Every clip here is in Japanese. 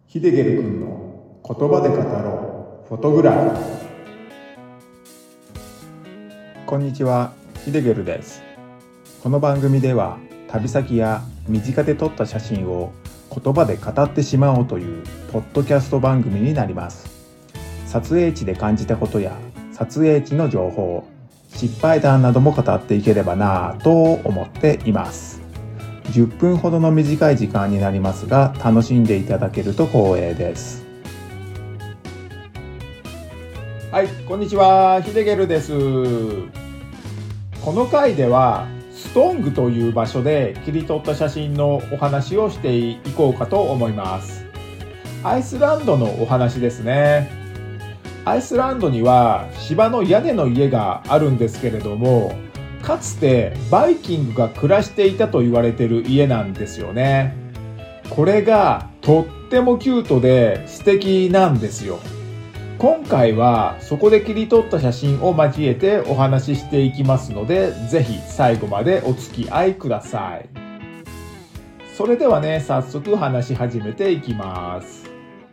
ヒデゲル君の言葉で語ろうフォトグラフィー。こんにちは、ヒデゲルです。この番組では旅先や身近で撮った写真を言葉で語ってしまおうというポッドキャスト番組になります。撮影地で感じたことや撮影地の情報、失敗談なども語っていければなぁと思っています。10分ほどの短い時間になりますが、楽しんでいただけると光栄です。はい、こんにちは、ヒデゲルです。この回ではストングという場所で切り取った写真のお話をしていこうかと思います。アイスランドのお話ですね。アイスランドには芝の屋根の家があるんですけれども、かつてバイキングが暮らしていたと言われている家なんですよね。これがとってもキュートで素敵なんですよ。今回はそこで切り取った写真を交えてお話ししていきますので、ぜひ最後までお付き合いください。それではね、早速話し始めていきます。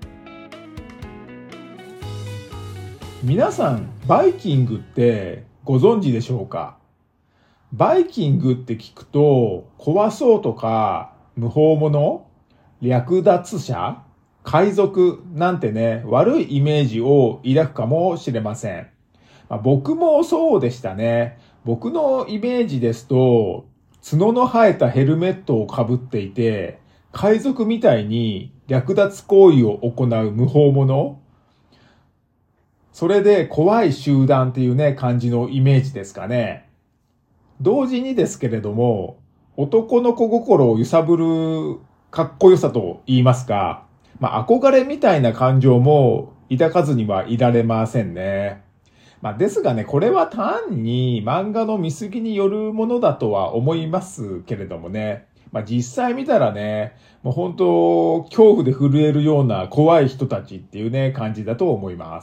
皆さん、バイキングってご存知でしょうか？バイキングって聞くと、怖そうとか、無法者、略奪者、海賊なんてね、悪いイメージを抱くかもしれません。僕もそうでしたね。僕のイメージですと、角の生えたヘルメットをかぶっていて、海賊みたいに略奪行為を行う無法者、それで怖い集団っていうね、感じのイメージですかね。同時にですけれども、男の子心を揺さぶるかっこよさと言いますか、憧れみたいな感情も抱かずにはいられませんね。ですがね、これは単に漫画の見過ぎによるものだとは思いますけれどもね。実際見たらね、もう本当、恐怖で震えるような怖い人たちっていうね、感じだと思います。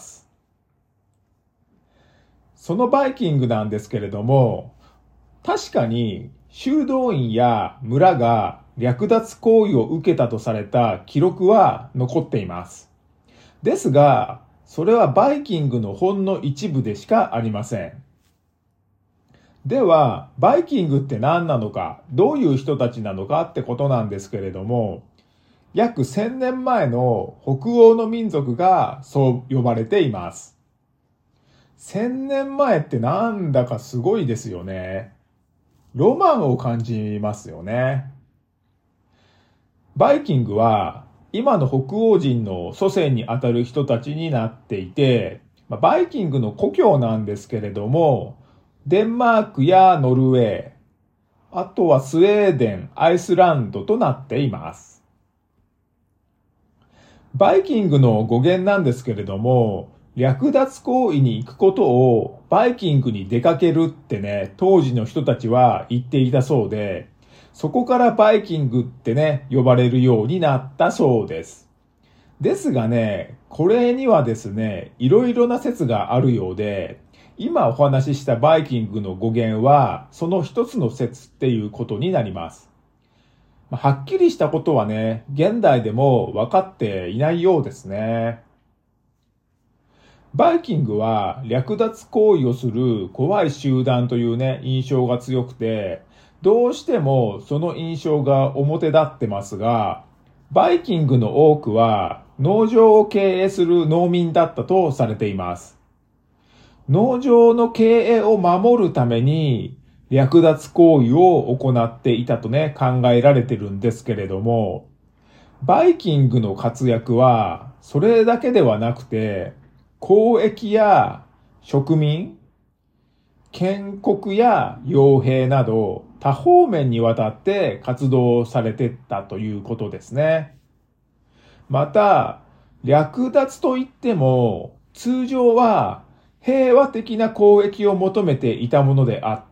そのバイキングなんですけれども、確かに修道院や村が略奪行為を受けたとされた記録は残っています。ですが、それはバイキングのほんの一部でしかありません。では、バイキングって何なのか、どういう人たちなのかってことなんですけれども、約1000年前の北欧の民族がそう呼ばれています。1000年前ってなんだかすごいですよね。ロマンを感じますよね。バイキングは今の北欧人の祖先にあたる人たちになっていて、バイキングの故郷なんですけれども、デンマークやノルウェー、あとはスウェーデン、アイスランドとなっています。バイキングの語源なんですけれども、略奪行為に行くことをバイキングに出かけるってね、当時の人たちは言っていたそうで、そこからバイキングってね、呼ばれるようになったそうです。ですがね、これにはですね、いろいろな説があるようで、今お話ししたバイキングの語源は、その一つの説っていうことになります。はっきりしたことはね、現代でも分かっていないようですね。バイキングは略奪行為をする怖い集団というね、印象が強くて、どうしてもその印象が表立ってますが、バイキングの多くは農場を経営する農民だったとされています。農場の経営を守るために略奪行為を行っていたとね、考えられてるんですけれども、バイキングの活躍はそれだけではなくて、交易や植民、建国や傭兵など多方面にわたって活動されていったということですね。また、略奪といっても通常は平和的な交易を求めていたものであって、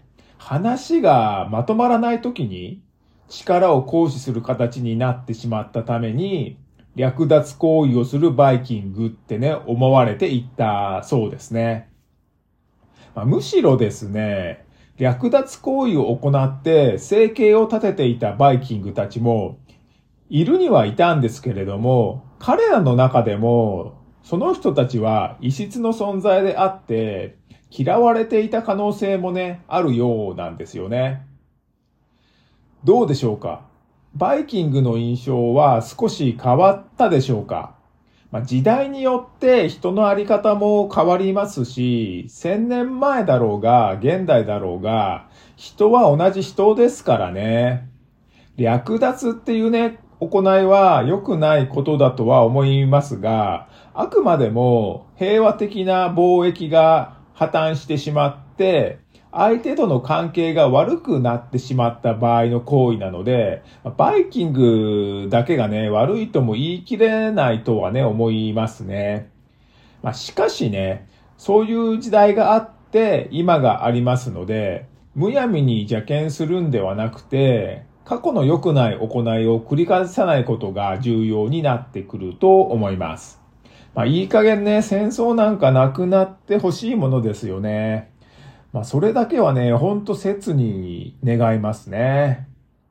話がまとまらないときに力を行使する形になってしまったために、略奪行為をするバイキングってね、思われていったそうですね。むしろですね、略奪行為を行って生計を立てていたバイキングたちも、 いるにはいたんですけれども、彼らの中でも、その人たちは異質の存在であって、嫌われていた可能性もね、あるようなんですよね。どうでしょうか？バイキングの印象は少し変わったでしょうか？時代によって人のあり方も変わりますし、1000年前だろうが、現代だろうが、人は同じ人ですからね。略奪っていうね、行いは良くないことだとは思いますが、あくまでも平和的な貿易が破綻してしまって、相手との関係が悪くなってしまった場合の行為なので、バイキングだけがね、悪いとも言い切れないとはね、思いますね。しかしね、そういう時代があって今がありますので、むやみに邪険するんではなくて、過去の良くない行いを繰り返さないことが重要になってくると思います。いい加減ね、戦争なんかなくなってほしいものですよね。それだけはね、ほんと切に願いますね。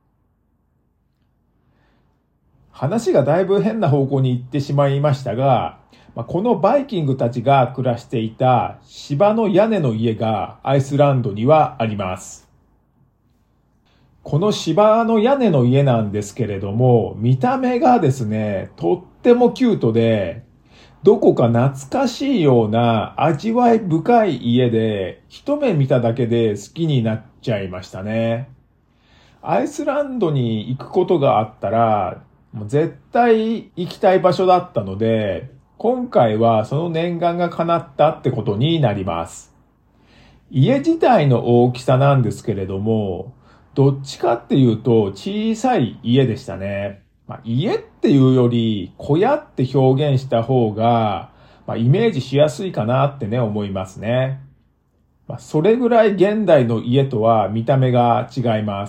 話がだいぶ変な方向に行ってしまいましたが、このバイキングたちが暮らしていた芝の屋根の家がアイスランドにはあります。この芝の屋根の家なんですけれども、見た目がですね、とってもキュートで、どこか懐かしいような味わい深い家で、一目見ただけで好きになっちゃいましたね。アイスランドに行くことがあったら、もう絶対行きたい場所だったので、今回はその念願が叶ったってことになります。家自体の大きさなんですけれども、どっちかっていうと小さい家でしたね。家っていうより小屋って表現した方が、イメージしやすいかなってね思いますね。それぐらい現代の家とは見た目が違います。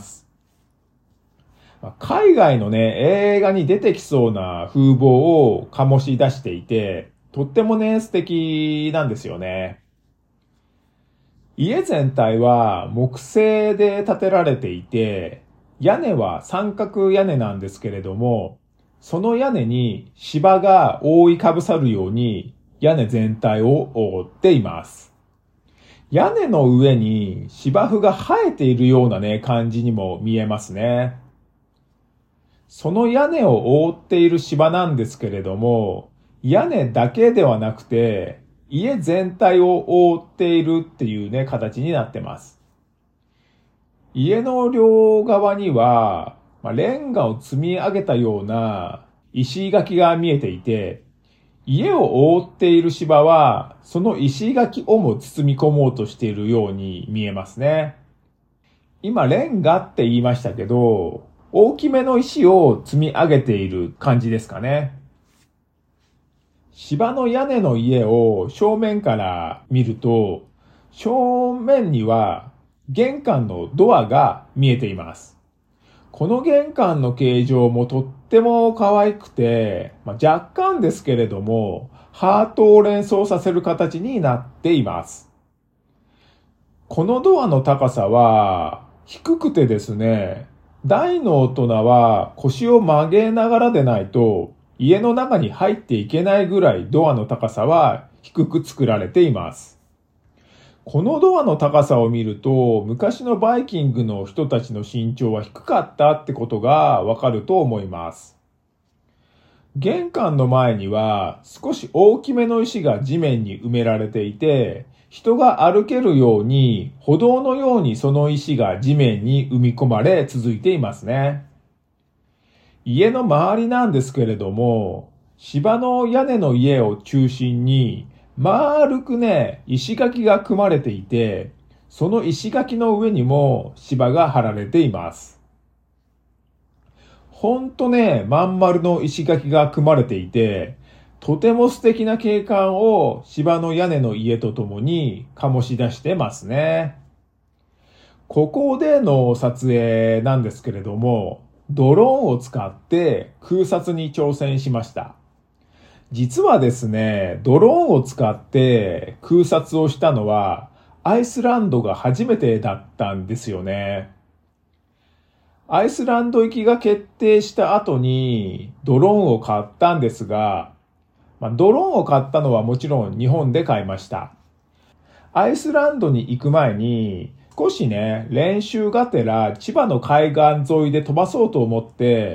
海外のね、映画に出てきそうな風貌を醸し出していて、とってもね、素敵なんですよね。家全体は木製で建てられていて、屋根は三角屋根なんですけれども、その屋根に芝が覆いかぶさるように屋根全体を覆っています。屋根の上に芝生が生えているようなね、感じにも見えますね。その屋根を覆っている芝なんですけれども、屋根だけではなくて、家全体を覆っているっていうね、形になってます。家の両側には、レンガを積み上げたような石垣が見えていて、家を覆っている芝は、その石垣をも包み込もうとしているように見えますね。今、レンガって言いましたけど、大きめの石を積み上げている感じですかね。芝の屋根の家を正面から見ると、正面には玄関のドアが見えています。この玄関の形状もとっても可愛くて、若干ですけれども、ハートを連想させる形になっています。このドアの高さは低くてですね、大の大人は腰を曲げながらでないと家の中に入っていけないぐらいドアの高さは低く作られています。このドアの高さを見ると昔のバイキングの人たちの身長は低かったってことがわかると思います。玄関の前には少し大きめの石が地面に埋められていて、人が歩けるように歩道のようにその石が地面に埋め込まれ続いていますね。家の周りなんですけれども、芝の屋根の家を中心に丸くね、石垣が組まれていて、その石垣の上にも芝が張られています。ほんとね、まん丸の石垣が組まれていて、とても素敵な景観を芝の屋根の家とともに醸し出してますね。ここでの撮影なんですけれども、ドローンを使って空撮に挑戦しました。実はですね、ドローンを使って空撮をしたのはアイスランドが初めてだったんですよね。 アイスランド行きが決定した後にドローンを買ったんですが、ドローンを買ったのはもちろん日本で買いました。アイスランドに行く前に少しね、練習がてら千葉の海岸沿いで飛ばそうと思って、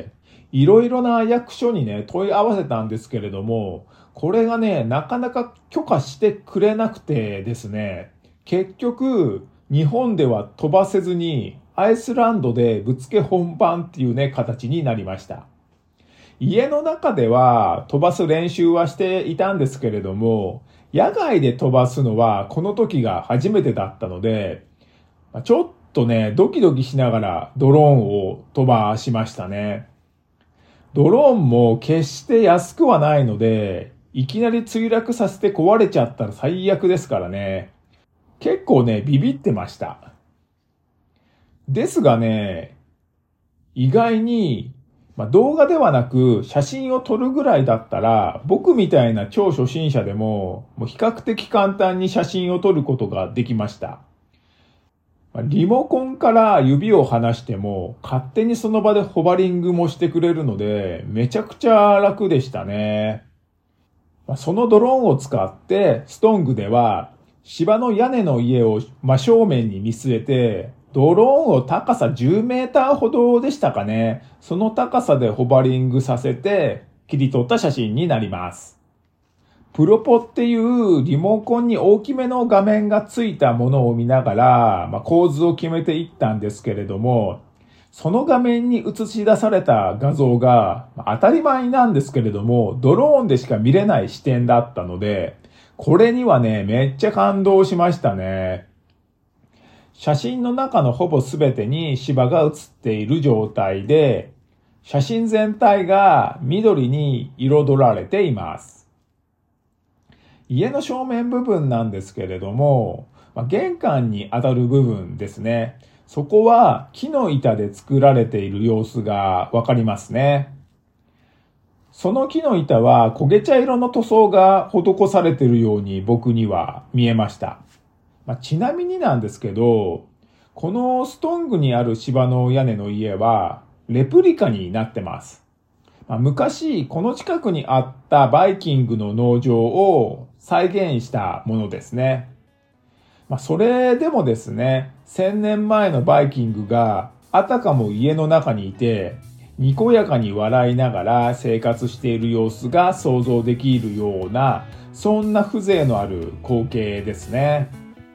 いろいろな役所にね、問い合わせたんですけれども、これがね、なかなか許可してくれなくてですね、結局、日本では飛ばせずに、アイスランドでぶっつけ本番っていうね、形になりました。家の中では飛ばす練習はしていたんですけれども、野外で飛ばすのはこの時が初めてだったので、ちょっとね、ドキドキしながらドローンを飛ばしましたね。ドローンも決して安くはないので、いきなり墜落させて壊れちゃったら最悪ですからね。結構ね、ビビってました。ですがね、意外に、動画ではなく写真を撮るぐらいだったら、僕みたいな超初心者でも、比較的簡単に写真を撮ることができました。リモコンから指を離しても勝手にその場でホバリングもしてくれるのでめちゃくちゃ楽でしたね。そのドローンを使ってストングでは芝の屋根の家を真正面に見据えてドローンを高さ10メーターほどでしたかね。その高さでホバリングさせて切り取った写真になります。プロポっていうリモコンに大きめの画面がついたものを見ながら、構図を決めていったんですけれども、その画面に映し出された画像が当たり前なんですけれども、ドローンでしか見れない視点だったので、これにはね、めっちゃ感動しましたね。写真の中のほぼ全てに芝が写っている状態で、写真全体が緑に彩られています。家の正面部分なんですけれども、玄関に当たる部分ですね。そこは木の板で作られている様子がわかりますね。その木の板は焦げ茶色の塗装が施されているように僕には見えました。ちなみになんですけど、このストングにある芝の屋根の家はレプリカになってます。昔この近くにあったバイキングの農場を再現したものですね。それでもですね、1000年前のバイキングがあたかも家の中にいて、にこやかに笑いながら生活している様子が想像できるような、そんな風情のある光景ですね。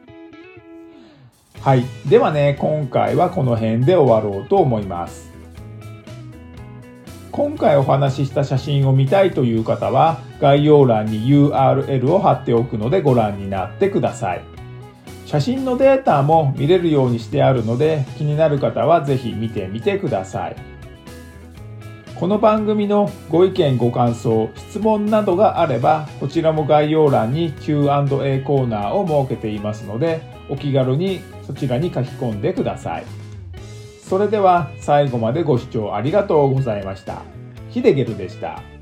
はい。ではね、今回はこの辺で終わろうと思います。今回お話しした写真を見たいという方は概要欄に URL を貼っておくのでご覧になってください。写真のデータも見れるようにしてあるので気になる方はぜひ見てみてください。この番組のご意見ご感想、質問などがあればこちらも概要欄に Q&A コーナーを設けていますのでお気軽にそちらに書き込んでください。それでは最後までご視聴ありがとうございました。ヒデゲルでした。